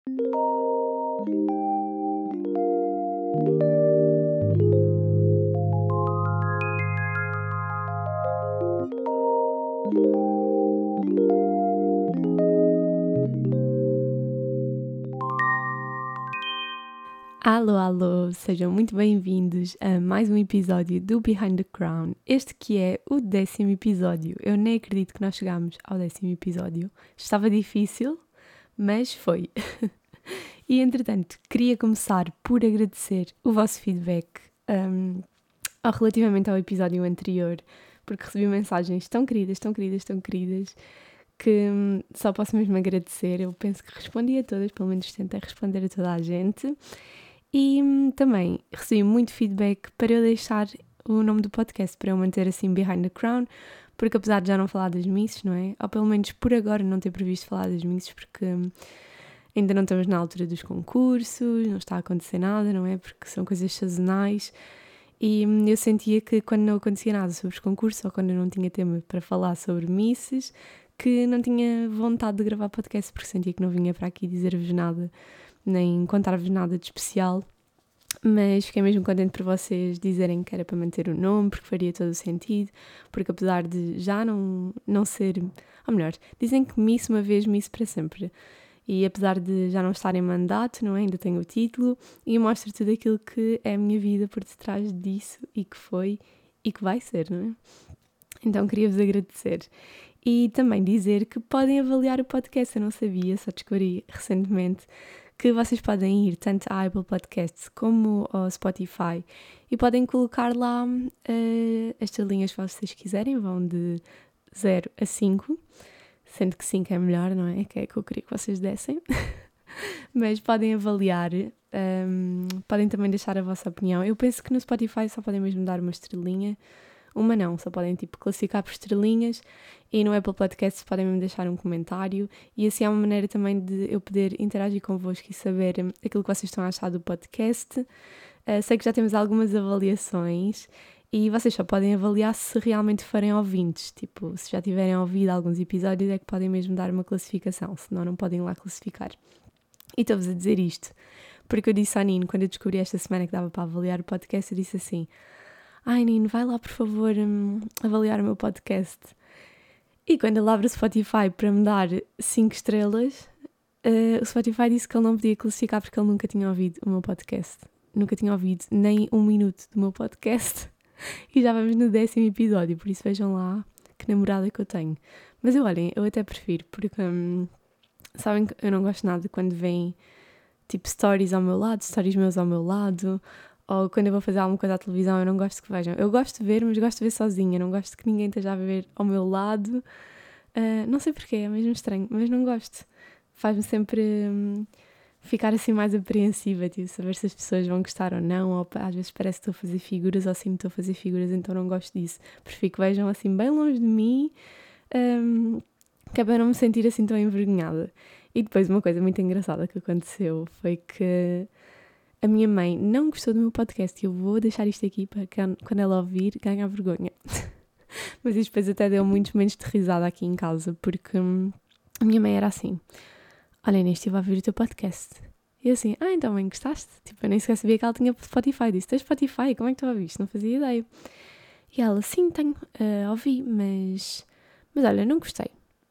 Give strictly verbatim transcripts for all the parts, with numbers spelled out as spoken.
Alô, alô, sejam muito bem-vindos a mais um episódio do Behind the Crown. Este que é o décimo episódio. Eu nem acredito que nós chegámos ao décimo episódio. Estava difícil, mas foi. E entretanto, queria começar por agradecer o vosso feedback um, relativamente ao episódio anterior, porque recebi mensagens tão queridas, tão queridas, tão queridas, que hum, só posso mesmo agradecer. Eu penso que respondi a todas, pelo menos tentei responder a toda a gente. E hum, também recebi muito feedback para eu deixar o nome do podcast, para eu manter assim Behind the Crown, porque apesar de já não falar das misses, não é? Ou pelo menos por agora não ter previsto falar das misses, porque hum, ainda não estamos na altura dos concursos, não está a acontecer nada, não é? Porque são coisas sazonais. E hum, eu sentia que quando não acontecia nada sobre os concursos, ou quando eu não tinha tema para falar sobre misses, que não tinha vontade de gravar podcast, porque sentia que não vinha para aqui dizer-vos nada, nem contar-vos nada de especial, mas fiquei mesmo contente por vocês dizerem que era para manter o nome, porque faria todo o sentido, porque apesar de já não, não ser, ou melhor, dizem que miss uma vez, miss para sempre, e apesar de já não estar em mandato, não é? Ainda tenho o título, e mostra tudo aquilo que é a minha vida por detrás disso, e que foi, e que vai ser, não é? Então queria-vos agradecer. E também dizer que podem avaliar o podcast, eu não sabia, só descobri recentemente, que vocês podem ir tanto à Apple Podcasts como ao Spotify e podem colocar lá uh, as estrelinhas que vocês quiserem, vão de zero a cinco, sendo que cinco é melhor, não é? Que é que eu queria que vocês dessem. Mas podem avaliar, um, podem também deixar a vossa opinião. Eu penso que no Spotify só podem mesmo dar uma estrelinha, uma não, só podem tipo classificar por estrelinhas, e no Apple Podcasts podem mesmo deixar um comentário, e assim é uma maneira também de eu poder interagir convosco e saber aquilo que vocês estão a achar do podcast. Uh, sei que já temos algumas avaliações e vocês só podem avaliar se realmente forem ouvintes, tipo, se já tiverem ouvido alguns episódios é que podem mesmo dar uma classificação, senão não podem lá classificar. E estou-vos a dizer isto porque eu disse à Nino, quando eu descobri esta semana que dava para avaliar o podcast, eu disse assim: ai Nino, vai lá por favor um, avaliar o meu podcast. E quando ele abre o Spotify para me dar cinco estrelas, uh, o Spotify disse que ele não podia classificar porque ele nunca tinha ouvido o meu podcast. Nunca tinha ouvido nem um minuto do meu podcast. E já vamos no décimo episódio, por isso vejam lá que namorada que eu tenho. Mas eu, olhem, eu até prefiro, porque hum, sabem que eu não gosto nada quando vêm tipo stories ao meu lado, stories meus ao meu lado, ou quando eu vou fazer alguma coisa à televisão, eu não gosto que vejam. Eu gosto de ver, mas gosto de ver sozinha, não gosto que ninguém esteja a ver ao meu lado. Uh, não sei porquê, é mesmo estranho, mas não gosto. Faz-me sempre hum, ficar assim mais apreensiva, tipo, saber se as pessoas vão gostar ou não, ou às vezes parece que estou a fazer figuras, ou assim estou a fazer figuras, então não gosto disso. Prefiro que vejam assim bem longe de mim, um, que é para não me sentir assim tão envergonhada. E depois uma coisa muito engraçada que aconteceu foi que a minha mãe não gostou do meu podcast e eu vou deixar isto aqui para que, quando ela ouvir, ganhar vergonha. Mas isto depois até deu muitos momentos de risada aqui em casa, porque hum, a minha mãe era assim: olha Inês, estive a ouvir o teu podcast. E eu assim: ah, então mãe, gostaste? Tipo, eu nem sequer sabia que ela tinha Spotify. Disse: tens Spotify? Como é que tu ouviste? Não fazia ideia. E ela: sim, tenho, uh, ouvi, mas... mas olha, não gostei.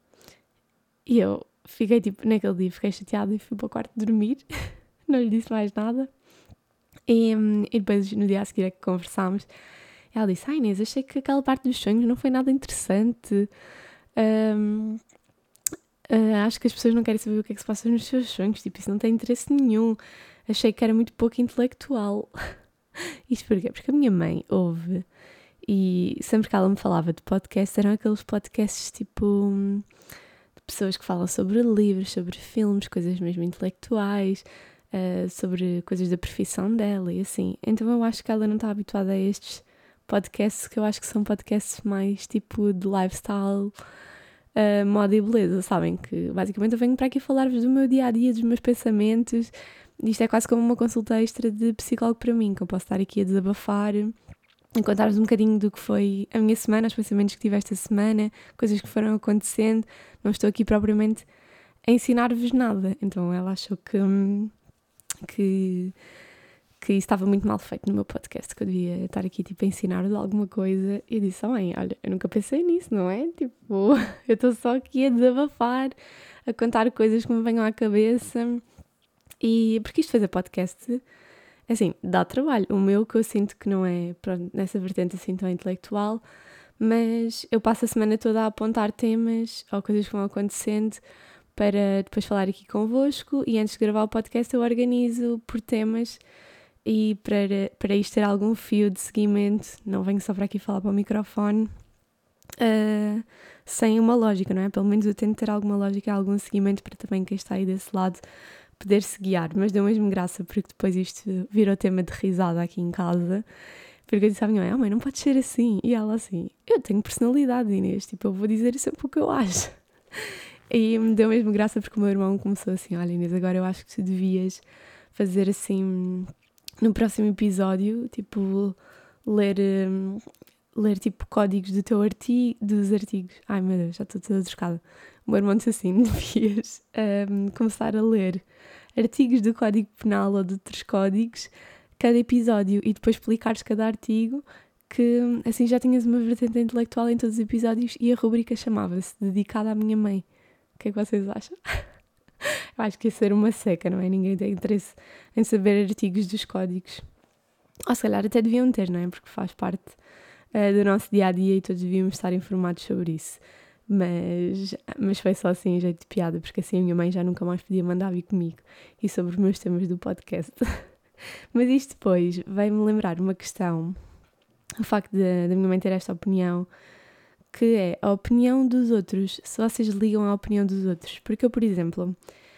E eu fiquei tipo, naquele dia fiquei chateada e fui para o quarto dormir. Não lhe disse mais nada. E, hum, e depois no dia a seguir é que conversámos. Ela disse: ah Inês, achei que aquela parte dos sonhos não foi nada interessante. Um, uh, acho que as pessoas não querem saber o que é que se passa nos seus sonhos. Tipo, isso não tem interesse nenhum. Achei que era muito pouco intelectual. Isto porquê? Porque a minha mãe ouve e sempre que ela me falava de podcasts, eram aqueles podcasts tipo de pessoas que falam sobre livros, sobre filmes, coisas mesmo intelectuais, uh, sobre coisas da profissão dela e assim. Então eu acho que ela não está habituada a estes podcasts, que eu acho que são podcasts mais tipo de lifestyle, uh, moda e beleza, sabem? Que basicamente eu venho para aqui falar-vos do meu dia-a-dia, dos meus pensamentos. Isto é quase como uma consulta extra de psicólogo para mim, que eu posso estar aqui a desabafar e contar-vos um bocadinho do que foi a minha semana, os pensamentos que tive esta semana, coisas que foram acontecendo. Não estou aqui propriamente a ensinar-vos nada. Então ela achou que, que, que isso estava muito mal feito no meu podcast, que eu devia estar aqui tipo a ensinar-vos alguma coisa. E eu disse, oh, mãe, olha, eu nunca pensei nisso, não é? Tipo, eu estou só aqui a desabafar, a contar coisas que me venham à cabeça. E porque isto fazer podcast, assim, dá trabalho. O meu que eu sinto que não é, pronto, nessa vertente assim tão intelectual, mas eu passo a semana toda a apontar temas ou coisas que vão acontecendo para depois falar aqui convosco, e antes de gravar o podcast eu organizo por temas, e para, para isto ter algum fio de seguimento, não venho só para aqui falar para o microfone uh, sem uma lógica, não é? Pelo menos eu tento ter alguma lógica, algum seguimento para também quem está aí desse lado poder-se guiar, mas deu mesmo graça porque depois isto virou tema de risada aqui em casa, porque eu disse à minha mãe, oh, mãe, não pode ser assim, e ela assim, eu tenho personalidade, Inês, tipo, eu vou dizer sempre o que eu acho. E me deu mesmo graça porque o meu irmão começou assim, olha Inês, agora eu acho que tu devias fazer assim, no próximo episódio, tipo, ler, um, ler tipo códigos do teu artigo, dos artigos, ai meu Deus, já estou toda trocada. O meu irmão disse assim, devias um, começar a ler artigos do Código Penal ou de outros códigos, cada episódio, e depois explicares cada artigo, que assim já tinhas uma vertente intelectual em todos os episódios, e a rubrica chamava-se Dedicada à Minha Mãe. O que é que vocês acham? Eu acho que ia ser uma seca, não é? Ninguém tem interesse em saber artigos dos códigos. Ou se calhar até deviam ter, não é? Porque faz parte uh, do nosso dia-a-dia e todos devíamos estar informados sobre isso. Mas, mas foi só assim em jeito de piada, porque assim a minha mãe já nunca mais podia mandar vir comigo e sobre os meus temas do podcast. Mas isto depois veio-me lembrar uma questão, o facto da minha mãe ter esta opinião, que é a opinião dos outros, se vocês ligam à opinião dos outros. Porque eu, por exemplo,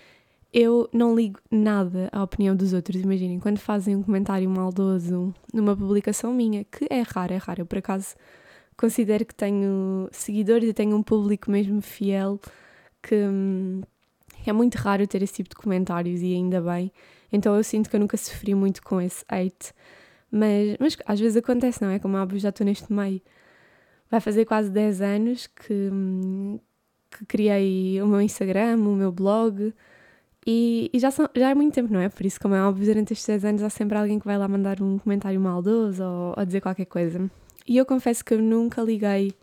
eu não ligo nada à opinião dos outros. Imaginem, quando fazem um comentário maldoso numa publicação minha, que é raro, é raro, eu por acaso considero que tenho seguidores e tenho um público mesmo fiel, que hum, é muito raro ter esse tipo de comentários, e ainda bem. Então eu sinto que eu nunca sofri muito com esse hate, mas, mas às vezes acontece, não é? Como óbvio, já estou neste meio. Vai fazer quase dez anos que, hum, que criei o meu Instagram, o meu blog, e, e já, são, já é muito tempo, não é? Por isso, como é óbvio, durante estes dez anos há sempre alguém que vai lá mandar um comentário maldoso ou, ou dizer qualquer coisa. E eu confesso que eu nunca liguei...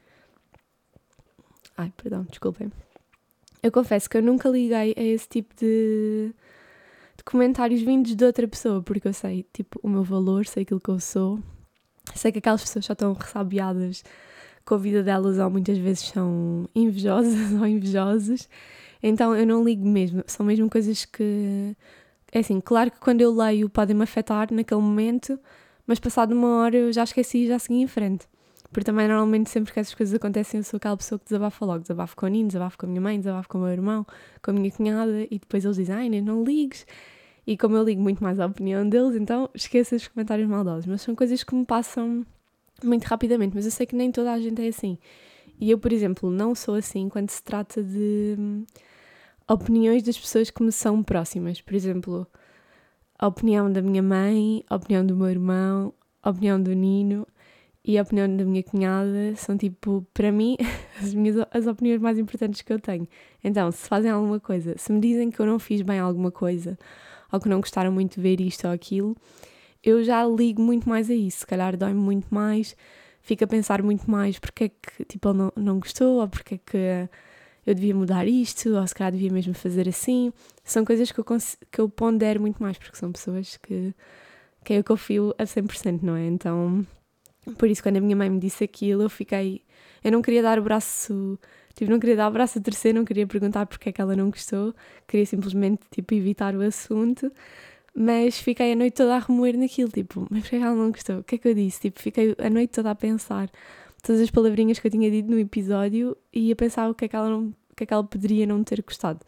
Ai, perdão, desculpem. Eu confesso que eu nunca liguei a esse tipo de, de comentários vindos de outra pessoa, porque eu sei, tipo, o meu valor, sei aquilo que eu sou, sei que aquelas pessoas já estão ressabiadas com a vida delas, ou muitas vezes são invejosas ou invejosos, então eu não ligo mesmo. São mesmo coisas que... É assim, claro que quando eu leio podem-me afetar naquele momento, mas passado uma hora eu já esqueci e já segui em frente. Porque também normalmente sempre que essas coisas acontecem eu sou aquela pessoa que desabafa logo. Desabafo com a Nina, desabafo com a minha mãe, desabafo com o meu irmão, com a minha cunhada, e depois eles dizem, ai, nem não ligues. E como eu ligo muito mais à opinião deles, então esqueço os comentários maldosos. Mas são coisas que me passam muito rapidamente, mas eu sei que nem toda a gente é assim. E eu, por exemplo, não sou assim quando se trata de hum, opiniões das pessoas que me são próximas. Por exemplo, a opinião da minha mãe, a opinião do meu irmão, a opinião do Nino e a opinião da minha cunhada são, tipo, para mim, as, minhas, as opiniões mais importantes que eu tenho. Então, se fazem alguma coisa, se me dizem que eu não fiz bem alguma coisa, ou que não gostaram muito de ver isto ou aquilo, eu já ligo muito mais a isso. Se calhar dói-me muito mais, fico a pensar muito mais porque é que, tipo, ele não, não gostou, ou porque é que eu devia mudar isto, ou se calhar devia mesmo fazer assim. São coisas que eu, cons- que eu pondero muito mais, porque são pessoas que, que eu confio a cem por cento, não é? Então, por isso, quando a minha mãe me disse aquilo, eu fiquei... Eu não queria dar o braço... Tipo, não queria dar o braço a torcer, não queria perguntar porque é que ela não gostou, queria simplesmente, tipo, evitar o assunto, mas fiquei a noite toda a remoer naquilo, tipo, mas porque é que ela não gostou? O que é que eu disse? Tipo, fiquei a noite toda a pensar todas as palavrinhas que eu tinha dito no episódio e a pensar o que é que ela, não, o que é que ela poderia não ter gostado.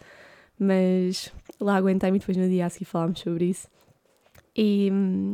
Mas lá aguentei-me e depois no dia a seguir falámos sobre isso. E,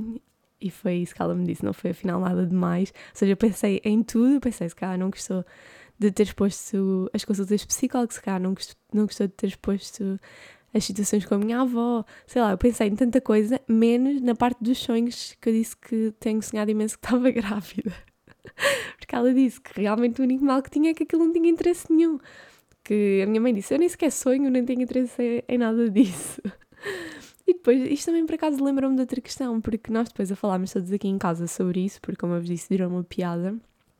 e foi isso que ela me disse, não foi afinal nada demais. Ou seja, eu pensei em tudo, pensei se calhar não gostou de ter exposto as consultas de psicólogo, se calhar não gostou, não gostou de ter exposto as situações com a minha avó, sei lá, eu pensei em tanta coisa, menos na parte dos sonhos que eu disse que tenho sonhado imenso que estava grávida. Porque ela disse que realmente o único mal que tinha é que aquilo não tinha interesse nenhum. porque a minha mãe disse, eu nem sequer sonho, nem tenho interesse em nada disso. E depois, isto também por acaso lembra-me de outra questão, porque nós depois a falarmos todos aqui em casa sobre isso, porque como eu vos disse, virou uma piada,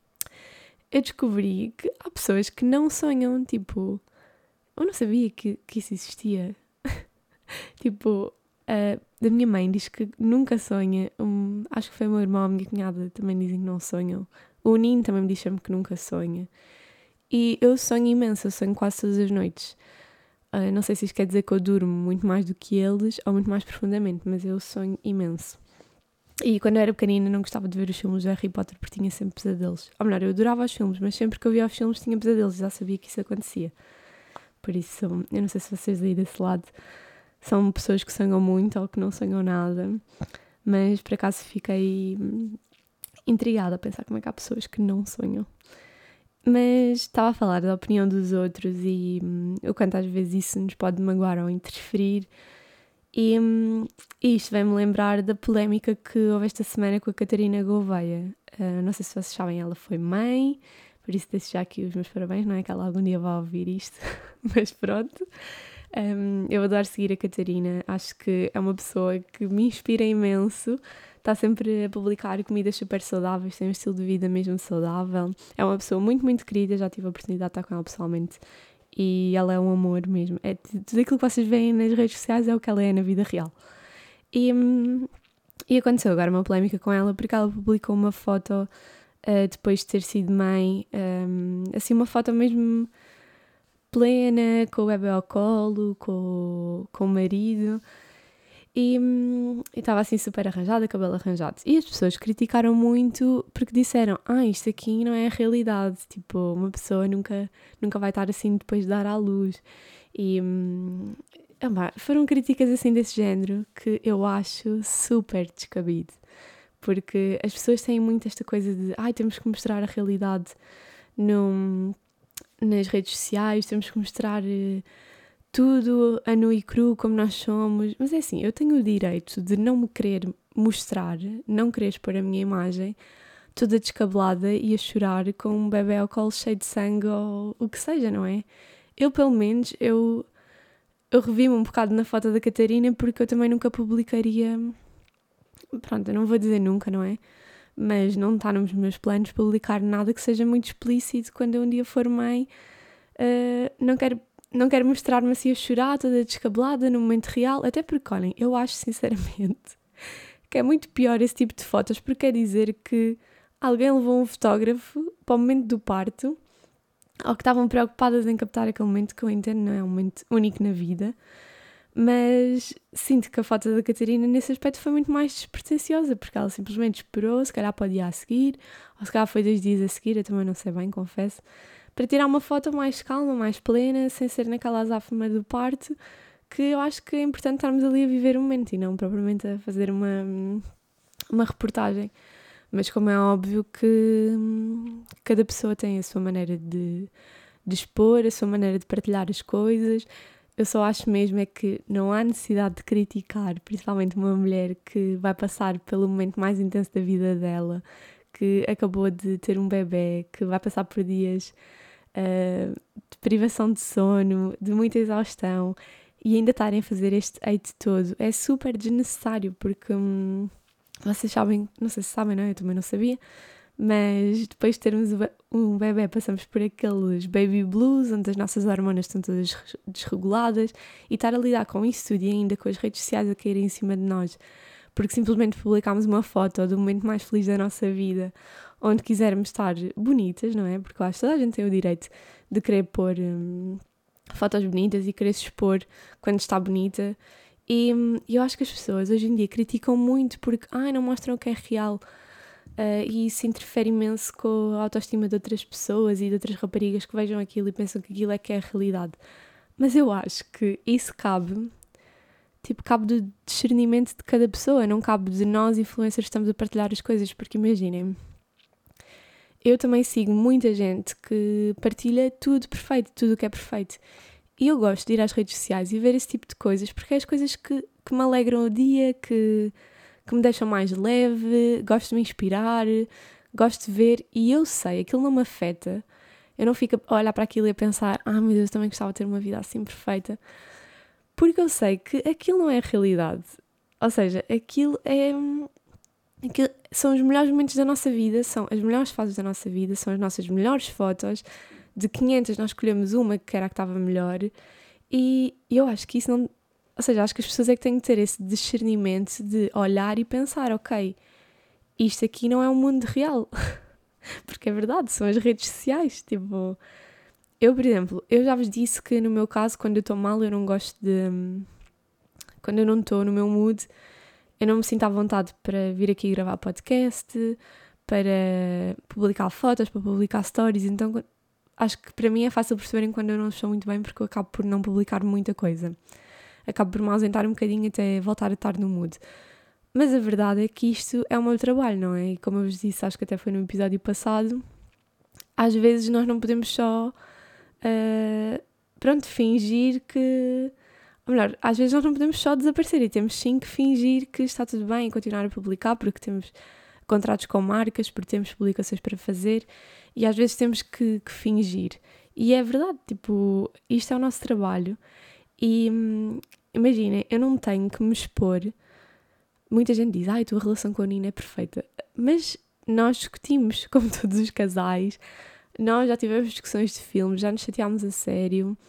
eu descobri que há pessoas que não sonham, tipo, eu não sabia que, que isso existia. Tipo, a da minha mãe diz que nunca sonha, um, acho que foi o meu irmão, a minha cunhada também dizem que não sonham, o Nino também me diz sempre que nunca sonha. E eu sonho imenso, eu sonho quase todas as noites. Uh, não sei se isto quer dizer que eu durmo muito mais do que eles ou muito mais profundamente, mas eu sonho imenso. E quando eu era pequenina não gostava de ver os filmes do Harry Potter porque tinha sempre pesadelos. Ou melhor, eu adorava os filmes, mas sempre que eu via os filmes tinha pesadelos e já sabia que isso acontecia. Por isso, eu não sei se vocês aí desse lado são pessoas que sonham muito ou que não sonham nada, mas por acaso fiquei intrigada a pensar como é que há pessoas que não sonham. Mas estava a falar da opinião dos outros e hum, o quanto às vezes isso nos pode magoar ou interferir. E, hum, isto vai-me lembrar da polémica que houve esta semana com a Catarina Gouveia. Uh, não sei se vocês sabem, ela foi mãe, por isso deixo já aqui os meus parabéns, não é que ela algum dia vai ouvir isto, mas pronto. Um, eu adoro seguir a Catarina, acho que é uma pessoa que me inspira imenso. Está sempre a publicar comidas super saudáveis, tem um estilo de vida mesmo saudável. É uma pessoa muito, muito querida, já tive a oportunidade de estar com ela pessoalmente. E ela é um amor mesmo. É, tudo aquilo que vocês veem nas redes sociais é o que ela é na vida real. E, e aconteceu agora uma polémica com ela porque ela publicou uma foto uh, depois de ter sido mãe. Um, assim, uma foto mesmo plena, com o bebê ao colo, com, com o marido. E estava assim super arranjada, cabelo arranjado. E as pessoas criticaram muito porque disseram, ah, isto aqui não é a realidade, tipo, uma pessoa nunca, nunca vai estar assim depois de dar à luz. E hum, foram críticas assim desse género que eu acho super descabido. Porque as pessoas têm muito esta coisa de, ai, temos que mostrar a realidade no, nas redes sociais, temos que mostrar... tudo a nu e cru como nós somos, mas é assim, eu tenho o direito de não me querer mostrar, não querer expor a minha imagem toda descabelada e a chorar com um bebê ao colo cheio de sangue ou o que seja, não é? Eu pelo menos, eu, eu revi-me um bocado na foto da Catarina porque eu também nunca publicaria, pronto, eu não vou dizer nunca, não é? Mas não está nos meus planos publicar nada que seja muito explícito quando eu um dia for mãe, uh, não quero Não quero mostrar-me assim a chorar, toda descabelada no momento real, até porque, olhem, eu acho sinceramente que é muito pior esse tipo de fotos, porque quer dizer que alguém levou um fotógrafo para o momento do parto, ou que estavam preocupadas em captar aquele momento, que eu entendo, não é um momento único na vida, mas sinto que a foto da Catarina nesse aspecto foi muito mais despretensiosa, porque ela simplesmente esperou, se calhar para o dia a seguir, ou se calhar foi dois dias a seguir, eu também não sei bem, confesso, para tirar uma foto mais calma, mais plena, sem ser naquela azáfama do parto, que eu acho que é importante estarmos ali a viver o momento e não propriamente a fazer uma, uma reportagem. Mas como é óbvio que cada pessoa tem a sua maneira de, de expor, a sua maneira de partilhar as coisas, eu só acho mesmo é que não há necessidade de criticar, principalmente uma mulher que vai passar pelo momento mais intenso da vida dela, que acabou de ter um bebê, que vai passar por dias Uh, de privação de sono, de muita exaustão, e ainda estarem a fazer este hate todo é super desnecessário, porque hum, vocês sabem, não sei se sabem, não é? Eu também não sabia, mas depois de termos um bebê passamos por aqueles baby blues, onde as nossas hormonas estão todas desreguladas, e estar a lidar com isso tudo e ainda com as redes sociais a caírem em cima de nós, porque simplesmente publicámos uma foto do momento mais feliz da nossa vida, onde quisermos estar bonitas, não é? Porque eu acho que toda a gente tem o direito de querer pôr hum, fotos bonitas e querer se expor quando está bonita. E hum, eu acho que as pessoas hoje em dia criticam muito porque ai, não mostram o que é real. Uh, e isso interfere imenso com a autoestima de outras pessoas e de outras raparigas que vejam aquilo e pensam que aquilo é que é a realidade. Mas eu acho que isso cabe... Tipo, cabe do discernimento de cada pessoa, não cabe de nós, influencers, que estamos a partilhar as coisas, porque imaginem, eu também sigo muita gente que partilha tudo perfeito, tudo o que é perfeito. E eu gosto de ir às redes sociais e ver esse tipo de coisas, porque é as coisas que, que me alegram o dia, que, que me deixam mais leve, gosto de me inspirar, gosto de ver, e eu sei, aquilo não me afeta. Eu não fico a olhar para aquilo e a pensar, ah, meu Deus, também gostava de ter uma vida assim perfeita. Porque eu sei que aquilo não é a realidade. Ou seja, aquilo é... Aquilo são os melhores momentos da nossa vida, são as melhores fases da nossa vida, são as nossas melhores fotos. De quinhentas nós escolhemos uma que era a que estava melhor. E eu acho que isso não... Ou seja, acho que as pessoas é que têm que ter esse discernimento de olhar e pensar, ok, isto aqui não é um mundo real. Porque é verdade, são as redes sociais. Tipo, eu, por exemplo, eu já vos disse que no meu caso, quando eu estou mal, eu não gosto de... Quando eu não estou no meu mood, eu não me sinto à vontade para vir aqui gravar podcast, para publicar fotos, para publicar stories. Então, acho que para mim é fácil perceberem quando eu não estou muito bem, porque eu acabo por não publicar muita coisa. Acabo por me ausentar um bocadinho até voltar a estar no mood. Mas a verdade é que isto é o meu trabalho, não é? E como eu vos disse, acho que até foi no episódio passado, às vezes nós não podemos só, uh, pronto, fingir que... Ou melhor, às vezes nós não podemos só desaparecer e temos sim que fingir que está tudo bem e continuar a publicar porque temos contratos com marcas, porque temos publicações para fazer e às vezes temos que, que fingir. E é verdade, tipo, isto é o nosso trabalho e hum, imaginem, eu não tenho que me expor. Muita gente diz, ai, a tua relação com a Nina é perfeita. Mas nós discutimos, como todos os casais, nós já tivemos discussões de filmes, já nos chateámos a sério.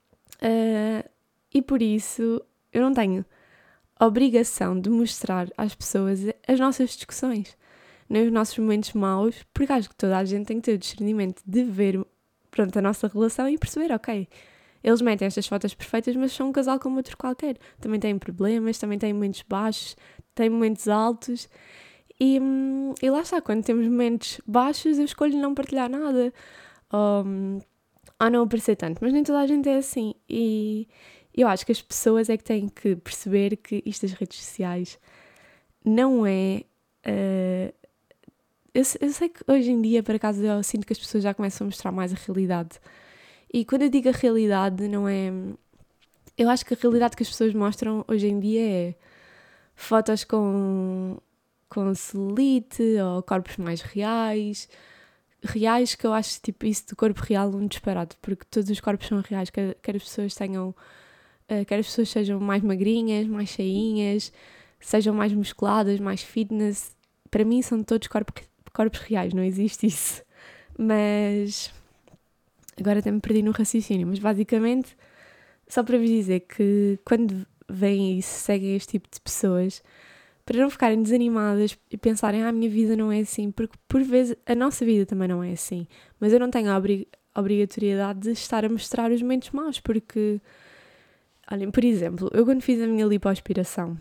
Uh, e por isso eu não tenho a obrigação de mostrar às pessoas as nossas discussões, nem os nossos momentos maus, porque acho que toda a gente tem que ter o discernimento de ver, pronto, a nossa relação e perceber, ok, eles metem estas fotos perfeitas, mas são um casal como outro qualquer. Também têm problemas, também têm momentos baixos, têm momentos altos. E, hum, e lá está, quando temos momentos baixos, eu escolho não partilhar nada. Ou, ou não aparecer tanto. Mas nem toda a gente é assim. E eu acho que as pessoas é que têm que perceber que isto das redes sociais não é... Uh, eu, eu sei que hoje em dia, por acaso, eu sinto que as pessoas já começam a mostrar mais a realidade. E quando eu digo a realidade, não é... Eu acho que a realidade que as pessoas mostram hoje em dia é fotos com, com celulite ou corpos mais reais. Reais que eu acho, tipo, isso do corpo real um disparate, porque todos os corpos são reais, quer, quer as pessoas tenham... Uh, quer as pessoas sejam mais magrinhas, mais cheinhas, sejam mais musculadas, mais fitness. Para mim são todos corpos, corpos reais, não existe isso. Mas... Agora até me perdi no raciocínio, mas basicamente, só para vos dizer que quando veem e seguem este tipo de pessoas, para não ficarem desanimadas e pensarem, ah, a minha vida não é assim, porque por vezes a nossa vida também não é assim, mas eu não tenho a obrig- obrigatoriedade de estar a mostrar os momentos maus, porque, olhem, por exemplo, eu quando fiz a minha lipoaspiração,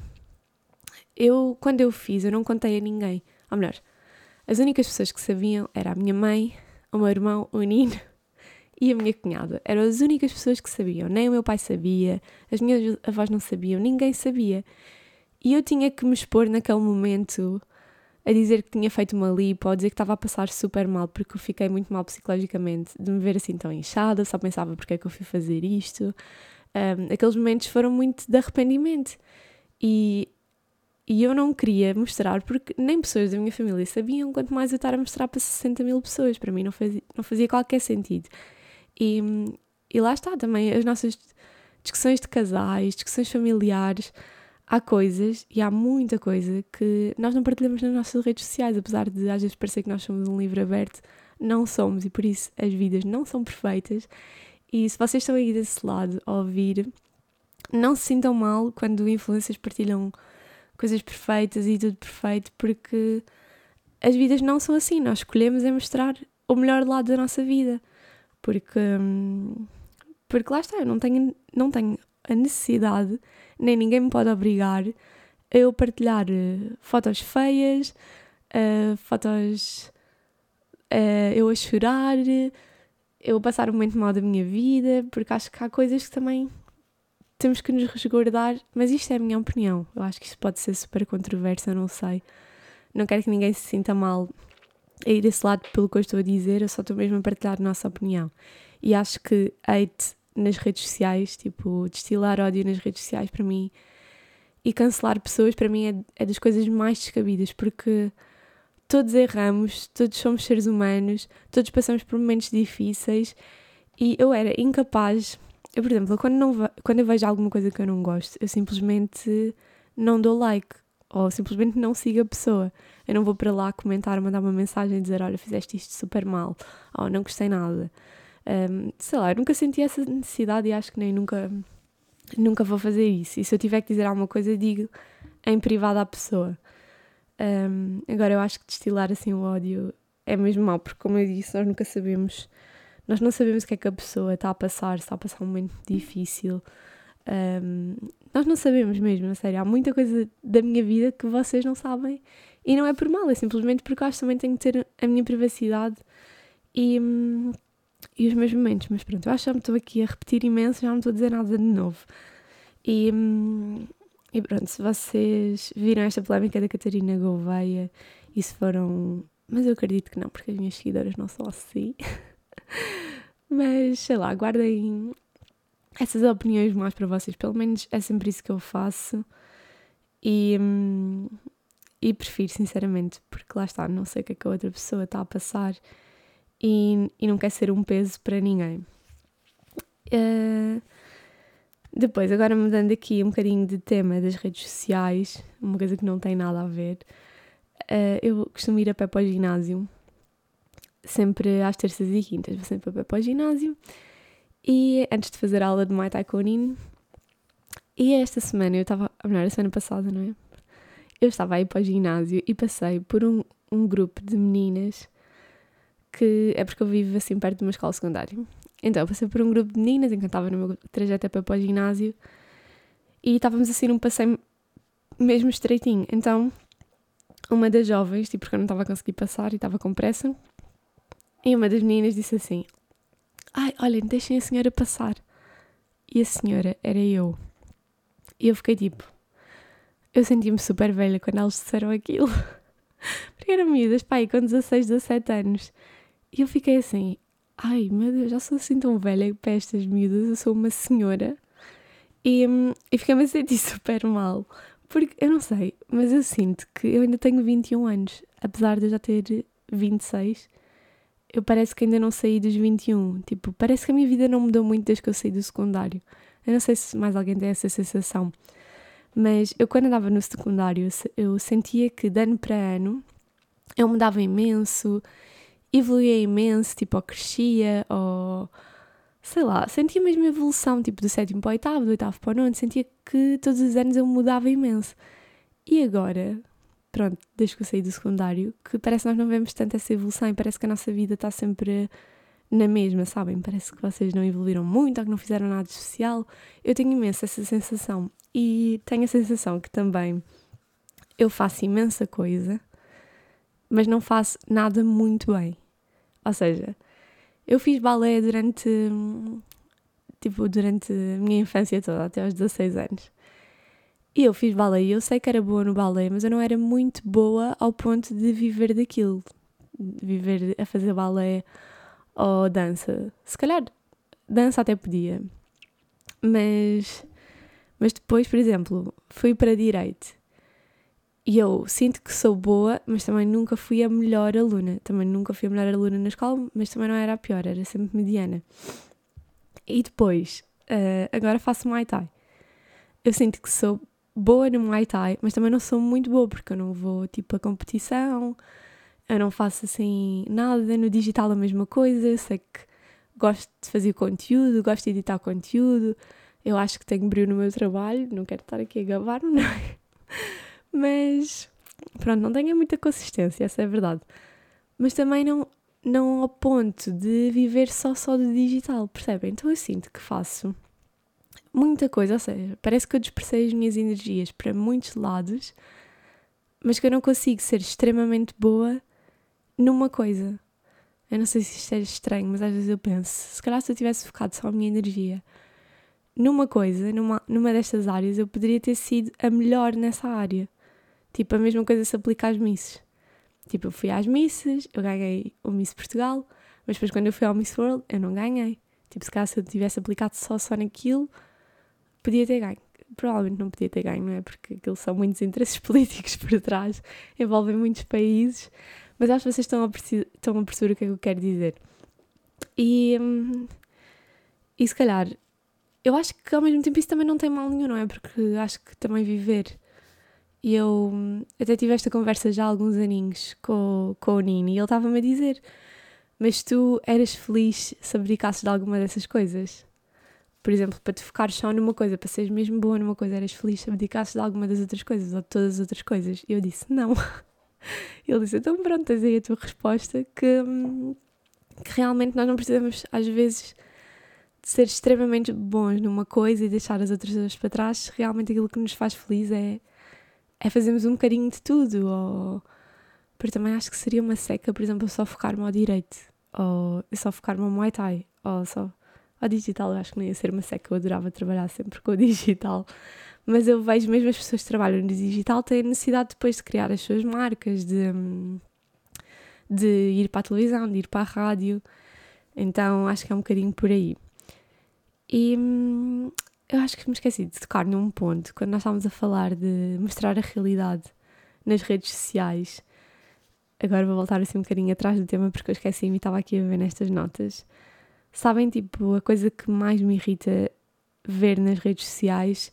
eu, quando eu fiz, eu não contei a ninguém, ou melhor, as únicas pessoas que sabiam era a minha mãe, o meu irmão, o Nino, e a minha cunhada. Eram as únicas pessoas que sabiam. Nem o meu pai sabia, as minhas avós não sabiam, ninguém sabia. E eu tinha que me expor naquele momento a dizer que tinha feito uma lipo, ou a dizer que estava a passar super mal, porque eu fiquei muito mal psicologicamente de me ver assim tão inchada, só pensava porque é que eu fui fazer isto. Um, aqueles momentos foram muito de arrependimento. E, e eu não queria mostrar, porque nem pessoas da minha família sabiam, quanto mais eu estar a mostrar para sessenta mil pessoas. Para mim não fazia, não fazia qualquer sentido. E, e lá está também as nossas discussões de casais, discussões familiares. Há coisas, e há muita coisa, que nós não partilhamos nas nossas redes sociais, apesar de às vezes parecer que nós somos um livro aberto, não somos, e por isso as vidas não são perfeitas. E se vocês estão aí desse lado a ouvir, não se sintam mal quando influencers partilham coisas perfeitas e tudo perfeito, porque as vidas não são assim, nós escolhemos é mostrar o melhor lado da nossa vida. Porque, porque lá está, eu não tenho, não tenho a necessidade, nem ninguém me pode obrigar a eu partilhar uh, fotos feias, uh, fotos uh, eu a chorar, eu a passar um momento mal da minha vida, porque acho que há coisas que também temos que nos resguardar, mas isto é a minha opinião. Eu acho que isto pode ser super controverso, eu não sei. Não quero que ninguém se sinta mal a ir desse lado pelo que eu estou a dizer, eu só estou mesmo a partilhar a nossa opinião. E acho que hate nas redes sociais, tipo, destilar ódio nas redes sociais, para mim, e cancelar pessoas, para mim, é, é das coisas mais descabidas, porque todos erramos, todos somos seres humanos, todos passamos por momentos difíceis e eu era incapaz, eu, por exemplo, quando, não, quando eu vejo alguma coisa que eu não gosto, eu simplesmente não dou like ou simplesmente não sigo a pessoa. Eu não vou para lá comentar, mandar uma mensagem e dizer, olha, fizeste isto super mal, ou não gostei nada. Um, sei lá, eu nunca senti essa necessidade e acho que nem nunca, nunca vou fazer isso. E se eu tiver que dizer alguma coisa, digo em privado à pessoa. Um, agora, eu acho que destilar assim o ódio é mesmo mau, porque como eu disse, nós nunca sabemos, nós não sabemos o que é que a pessoa está a passar, se está a passar um momento difícil. Um, nós não sabemos mesmo, a sério. Há muita coisa da minha vida que vocês não sabem e não é por mal, é simplesmente porque eu acho que também tenho que ter a minha privacidade e, hum, e os meus momentos. Mas pronto, eu acho que já me estou aqui a repetir imenso, já não estou a dizer nada de novo. E, hum, e pronto, se vocês viram esta polémica da Catarina Gouveia e se foram... Mas eu acredito que não, porque as minhas seguidoras não são assim. Mas, sei lá, guardem essas opiniões mais para vocês. Pelo menos é sempre isso que eu faço. E, hum, e prefiro, sinceramente, porque lá está, não sei o que é que a outra pessoa está a passar e, e não quer ser um peso para ninguém. Uh, depois, agora mudando aqui um bocadinho de tema das redes sociais, uma coisa que não tem nada a ver, uh, eu costumo ir a pé para o ginásio, sempre às terças e quintas, vou sempre a pé para o ginásio. E antes de fazer a aula de Muay Thai com o Nino, e esta semana, eu estava, a melhor, a semana passada, não é? Eu estava a ir para o ginásio e passei por um, um grupo de meninas que é porque eu vivo assim perto de uma escola secundária. Então eu passei por um grupo de meninas enquanto estava no meu trajeto para, para o ginásio e estávamos assim num passeio mesmo estreitinho. Então uma das jovens, tipo, porque eu não estava a conseguir passar e estava com pressa, e uma das meninas disse assim: ai, olhem, deixem a senhora passar. E a senhora era eu. E eu fiquei tipo... Eu senti-me super velha quando elas disseram aquilo. Porque eram miúdas, pai, com dezasseis, dezassete anos. E eu fiquei assim... Ai, meu Deus, já sou assim tão velha para estas miúdas. Eu sou uma senhora. E, e fiquei-me a sentir super mal. Porque, eu não sei, mas eu sinto que eu ainda tenho vinte e um anos. Apesar de eu já ter vinte e seis... Eu parece que ainda não saí dos vinte e um. Tipo, parece que a minha vida não mudou muito desde que eu saí do secundário. Eu não sei se mais alguém tem essa sensação. Mas eu, quando andava no secundário, eu sentia que de ano para ano eu mudava imenso, evoluía imenso, tipo, ou crescia, ou... Sei lá, sentia mesmo a evolução, tipo, do sétimo para o oitavo, do oitavo para o nono. Sentia que todos os anos eu mudava imenso. E agora... Pronto, desde que eu saí do secundário, que parece que nós não vemos tanto essa evolução e parece que a nossa vida está sempre na mesma, sabem? Parece que vocês não evoluíram muito ou que não fizeram nada de especial. Eu tenho imensa essa sensação e tenho a sensação que também eu faço imensa coisa, mas não faço nada muito bem. Ou seja, eu fiz balé durante, tipo, durante a minha infância toda, até aos dezasseis anos. E eu fiz balé e eu sei que era boa no balé, mas eu não era muito boa ao ponto de viver daquilo. De viver a fazer balé ou dança. Se calhar dança até podia. Mas, mas depois, por exemplo, fui para direito. E eu sinto que sou boa, mas também nunca fui a melhor aluna. Também nunca fui a melhor aluna na escola, mas também não era a pior, era sempre mediana. E depois, uh, agora faço Muay Thai. Eu sinto que sou boa no Muay Thai, mas também não sou muito boa, porque eu não vou, tipo, a competição, eu não faço, assim, nada. No digital a mesma coisa, eu sei que gosto de fazer conteúdo, gosto de editar conteúdo, eu acho que tenho brilho no meu trabalho, não quero estar aqui a gabar-me, não é? Mas, pronto, não tenho muita consistência, essa é a verdade. Mas também não, não ao ponto de viver só só do digital, percebem? Então eu sinto que faço muita coisa, ou seja, parece que eu dispersei as minhas energias para muitos lados, mas que eu não consigo ser extremamente boa numa coisa. Eu não sei se isto é estranho, mas às vezes eu penso, se calhar se eu tivesse focado só a minha energia numa coisa, numa, numa destas áreas, eu poderia ter sido a melhor nessa área. Tipo, a mesma coisa se aplica às misses. Tipo, eu fui às misses, eu ganhei o Miss Portugal, mas depois quando eu fui ao Miss World, eu não ganhei. Tipo, se calhar se eu tivesse aplicado só, só naquilo, podia ter ganho. provavelmente não podia ter ganho, não é? Porque aquilo são muitos interesses políticos por trás, envolvem muitos países, mas acho que vocês estão a, perce- estão a perceber o que é que eu quero dizer. E, hum, e se calhar, eu acho que ao mesmo tempo isso também não tem mal nenhum, não é? Porque acho que também viver. E eu hum, até tive esta conversa já há alguns aninhos com, com o Nino e ele estava-me a dizer: mas tu eras feliz se abdicasses de alguma dessas coisas? Por exemplo, para te focares só numa coisa, para seres mesmo boa numa coisa, eras feliz se abdicasses de alguma das outras coisas ou de todas as outras coisas? E eu disse: não. Ele disse: então pronto, tens aí a tua resposta, que, hum, que realmente nós não precisamos, às vezes, de ser extremamente bons numa coisa e deixar as outras coisas para trás. Realmente aquilo que nos faz feliz é, é fazermos um bocadinho de tudo. Ou, porque também acho que seria uma seca, por exemplo, eu só focar-me ao direito, ou eu só focar-me ao Muay Thai, ou só ao digital. Eu acho que não ia ser uma seca, eu adorava trabalhar sempre com o digital. Mas eu vejo mesmo as pessoas que trabalham no digital têm necessidade depois de criar as suas marcas, de, de ir para a televisão, de ir para a rádio. Então acho que é um bocadinho por aí. E hum, eu acho que me esqueci de tocar num ponto, quando nós estávamos a falar de mostrar a realidade nas redes sociais. Agora vou voltar assim um bocadinho atrás do tema porque eu esqueci-me e estava aqui a ver nestas notas. Sabem, tipo, a coisa que mais me irrita ver nas redes sociais,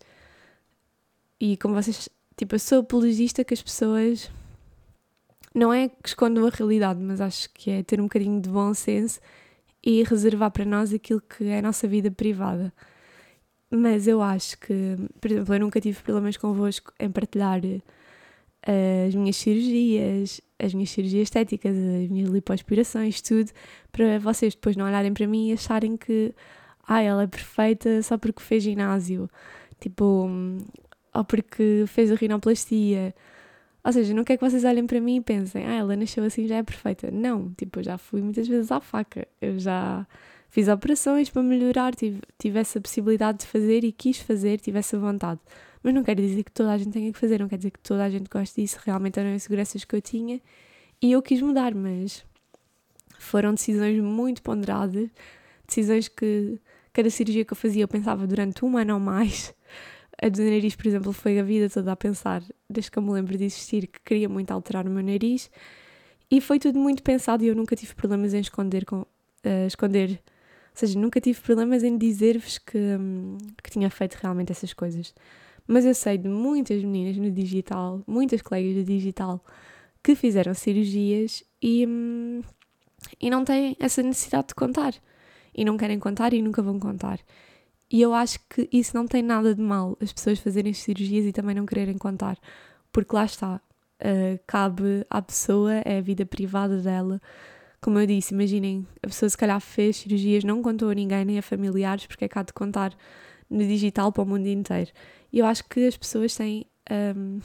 e como vocês, tipo, eu sou apologista que as pessoas não é que escondam a realidade, mas acho que é ter um bocadinho de bom senso e reservar para nós aquilo que é a nossa vida privada. Mas eu acho que, por exemplo, eu nunca tive problemas convosco em partilhar uh, as minhas cirurgias, as minhas cirurgias estéticas, as minhas lipoaspirações, tudo, para vocês depois não olharem para mim e acharem que ah, ela é perfeita só porque fez ginásio, tipo, ou porque fez a rinoplastia. Ou seja, não quero que vocês olhem para mim e pensem, ah, ela nasceu assim, já é perfeita. Não, tipo, eu já fui muitas vezes à faca. Eu já fiz operações para melhorar, tive, tive essa possibilidade de fazer e quis fazer, tive essa vontade. Mas não quer dizer que toda a gente tenha que fazer, não quer dizer que toda a gente goste disso. Realmente eram inseguranças que eu tinha e eu quis mudar, mas foram decisões muito ponderadas, decisões que cada cirurgia que eu fazia eu pensava durante um ano ou mais. A do nariz, por exemplo, foi a vida toda a pensar, desde que eu me lembro de existir, que queria muito alterar o meu nariz, e foi tudo muito pensado e eu nunca tive problemas em esconder, com, uh, esconder. Ou seja, nunca tive problemas em dizer-vos que, hum, que tinha feito realmente essas coisas. Mas eu sei de muitas meninas no digital, muitas colegas do digital, que fizeram cirurgias e, hum, e não têm essa necessidade de contar. E não querem contar e nunca vão contar. E eu acho que isso não tem nada de mal, as pessoas fazerem cirurgias e também não quererem contar. Porque lá está, uh, cabe à pessoa, é a vida privada dela. Como eu disse, imaginem, a pessoa se calhar fez cirurgias, não contou a ninguém, nem a familiares, porque é cá de contar no digital para o mundo inteiro. E eu acho que as pessoas têm... Um,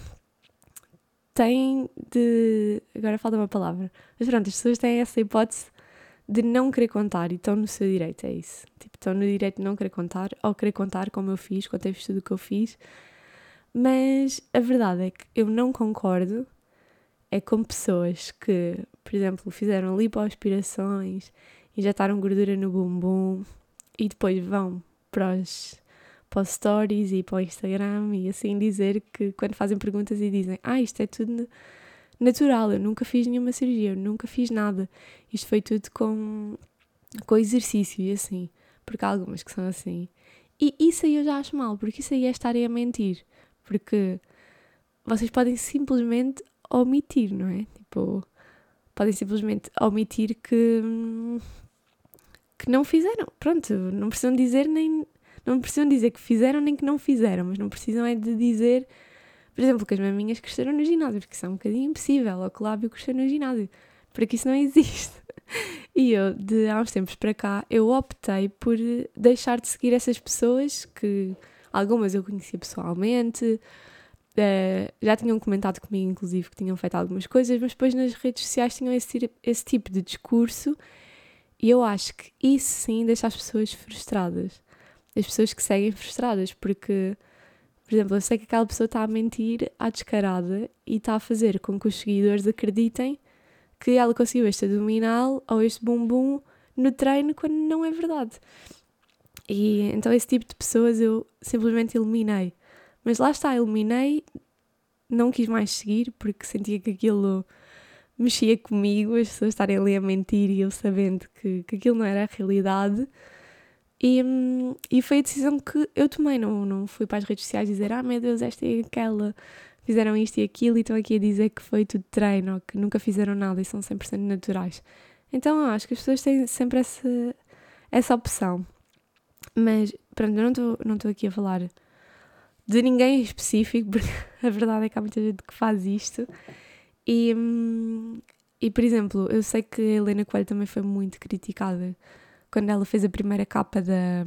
têm de... Agora falta uma palavra. Mas pronto, as pessoas têm essa hipótese de não querer contar e estão no seu direito, é isso. Tipo, estão no direito de não querer contar, ou querer contar como eu fiz, contei-vos tudo o que eu fiz. Mas a verdade é que eu não concordo é com pessoas que, por exemplo, fizeram lipoaspirações, injetaram gordura no bumbum e depois vão para os, para os stories e para o Instagram e assim dizer que quando fazem perguntas e dizem ah, isto é tudo natural, eu nunca fiz nenhuma cirurgia, eu nunca fiz nada. Isto foi tudo com, com exercício e assim, porque há algumas que são assim. E isso aí eu já acho mal, porque isso aí é estarem a mentir, porque vocês podem simplesmente omitir, não é? Tipo, podem simplesmente omitir que, que não fizeram. Pronto, não precisam dizer nem... Não precisam dizer que fizeram nem que não fizeram, mas não precisam é de dizer, por exemplo, que as maminhas cresceram no ginásio, porque isso é um bocadinho impossível, ou que o lábio cresceu no ginásio, porque isso não existe. E eu, de há uns tempos para cá, eu optei por deixar de seguir essas pessoas, que algumas eu conhecia pessoalmente, Uh, já tinham comentado comigo, inclusive, que tinham feito algumas coisas, mas depois nas redes sociais tinham esse, esse tipo de discurso e eu acho que isso sim deixa as pessoas frustradas. As pessoas que seguem frustradas, porque, por exemplo, eu sei que aquela pessoa está a mentir à descarada e está a fazer com que os seguidores acreditem que ela conseguiu este abdominal ou este bumbum no treino quando não é verdade. E então esse tipo de pessoas eu simplesmente eliminei. Mas lá está, eliminei, não quis mais seguir porque sentia que aquilo mexia comigo, as pessoas estarem ali a mentir e eu sabendo que, que aquilo não era a realidade. E, e foi a decisão que eu tomei, não, não fui para as redes sociais dizer ah meu Deus, esta e aquela fizeram isto e aquilo e estão aqui a dizer que foi tudo treino ou que nunca fizeram nada e são cem por cento naturais. Então eu acho que as pessoas têm sempre essa, essa opção. Mas pronto, eu não estou não estou aqui a falar de ninguém em específico, porque a verdade é que há muita gente que faz isto. E, e por exemplo, eu sei que a Helena Coelho também foi muito criticada quando ela fez a primeira capa da,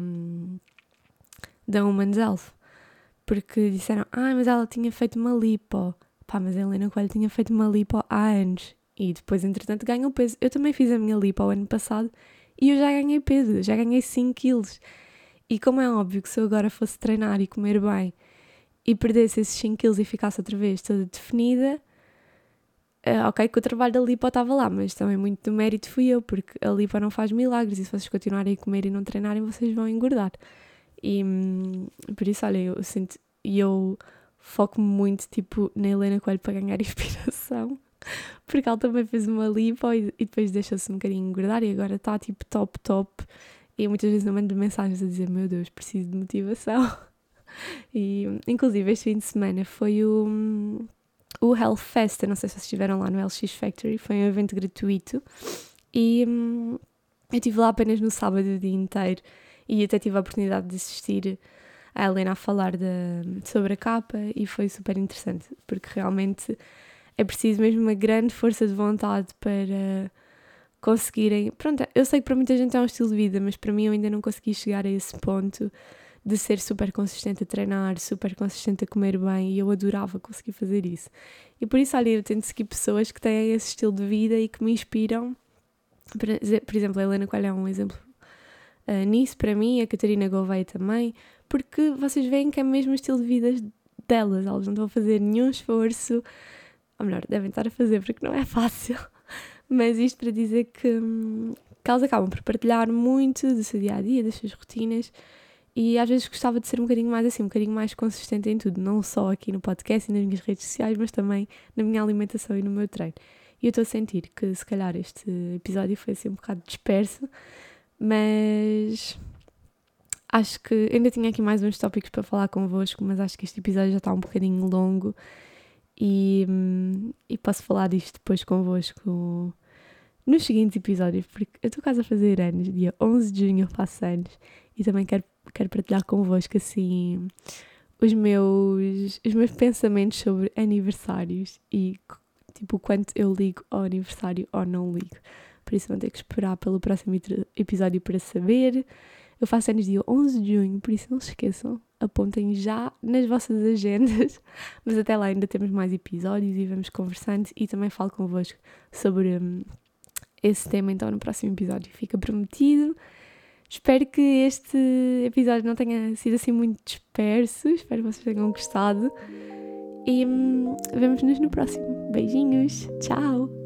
da Women's Health, porque disseram, ah, mas ela tinha feito uma lipo. Pá, mas a Helena Coelho tinha feito uma lipo há anos e depois, entretanto, ganhou peso. Eu também fiz a minha lipo o ano passado e eu já ganhei peso, já ganhei cinco quilos. E como é óbvio que se eu agora fosse treinar e comer bem e perdesse esses cinco quilos e ficasse outra vez toda definida, Uh, ok, que o trabalho da lipo estava lá, mas também muito do mérito fui eu, porque a lipo não faz milagres e se vocês continuarem a comer e não treinarem, vocês vão engordar. E hum, por isso, olha, eu sinto, e eu foco-me muito, tipo, na Helena Coelho para ganhar inspiração, porque ela também fez uma lipo e, e depois deixou-se um bocadinho engordar e agora está, tipo, top, top. E muitas vezes eu mando mensagens a dizer, meu Deus, preciso de motivação. E, inclusive, este fim de semana foi o... o Health Fest, eu não sei se vocês estiveram lá no L X Factory, foi um evento gratuito e hum, eu estive lá apenas no sábado o dia inteiro e até tive a oportunidade de assistir a Helena a falar de, sobre a capa e foi super interessante, porque realmente é preciso mesmo uma grande força de vontade para conseguirem, pronto, eu sei que para muita gente é um estilo de vida, mas para mim eu ainda não consegui chegar a esse ponto de ser super consistente a treinar, super consistente a comer bem, e eu adorava conseguir fazer isso. E por isso, olha, eu tento seguir pessoas que têm esse estilo de vida e que me inspiram. Por exemplo, a Helena Coelho é um exemplo uh, nisso para mim, a Catarina Gouveia também, porque vocês veem que é mesmo o estilo de vida delas, elas não estão a fazer nenhum esforço, ou melhor, devem estar a fazer porque não é fácil, mas isto para dizer que, que elas acabam por partilhar muito do seu dia-a-dia, das suas rotinas. E às vezes gostava de ser um bocadinho mais assim, um bocadinho mais consistente em tudo, não só aqui no podcast e nas minhas redes sociais, mas também na minha alimentação e no meu treino. E eu estou a sentir que se calhar este episódio foi assim um bocado disperso, mas acho que ainda tinha aqui mais uns tópicos para falar convosco, mas acho que este episódio já está um bocadinho longo e, e posso falar disto depois convosco nos seguintes episódios, porque eu estou quase a fazer anos, dia onze de junho eu faço anos e também quero Quero partilhar convosco, assim, os meus, os meus pensamentos sobre aniversários e, tipo, o quanto eu ligo ao aniversário ou não ligo. Por isso vão ter que esperar pelo próximo episódio para saber. Eu faço anos dia onze de junho, por isso não se esqueçam. Apontem já nas vossas agendas. Mas até lá ainda temos mais episódios e vamos conversando e também falo convosco sobre um, esse tema, então, no próximo episódio. Fica prometido. Espero que este episódio não tenha sido assim muito disperso. Espero que vocês tenham gostado. E hum, vemo-nos no próximo. Beijinhos. Tchau.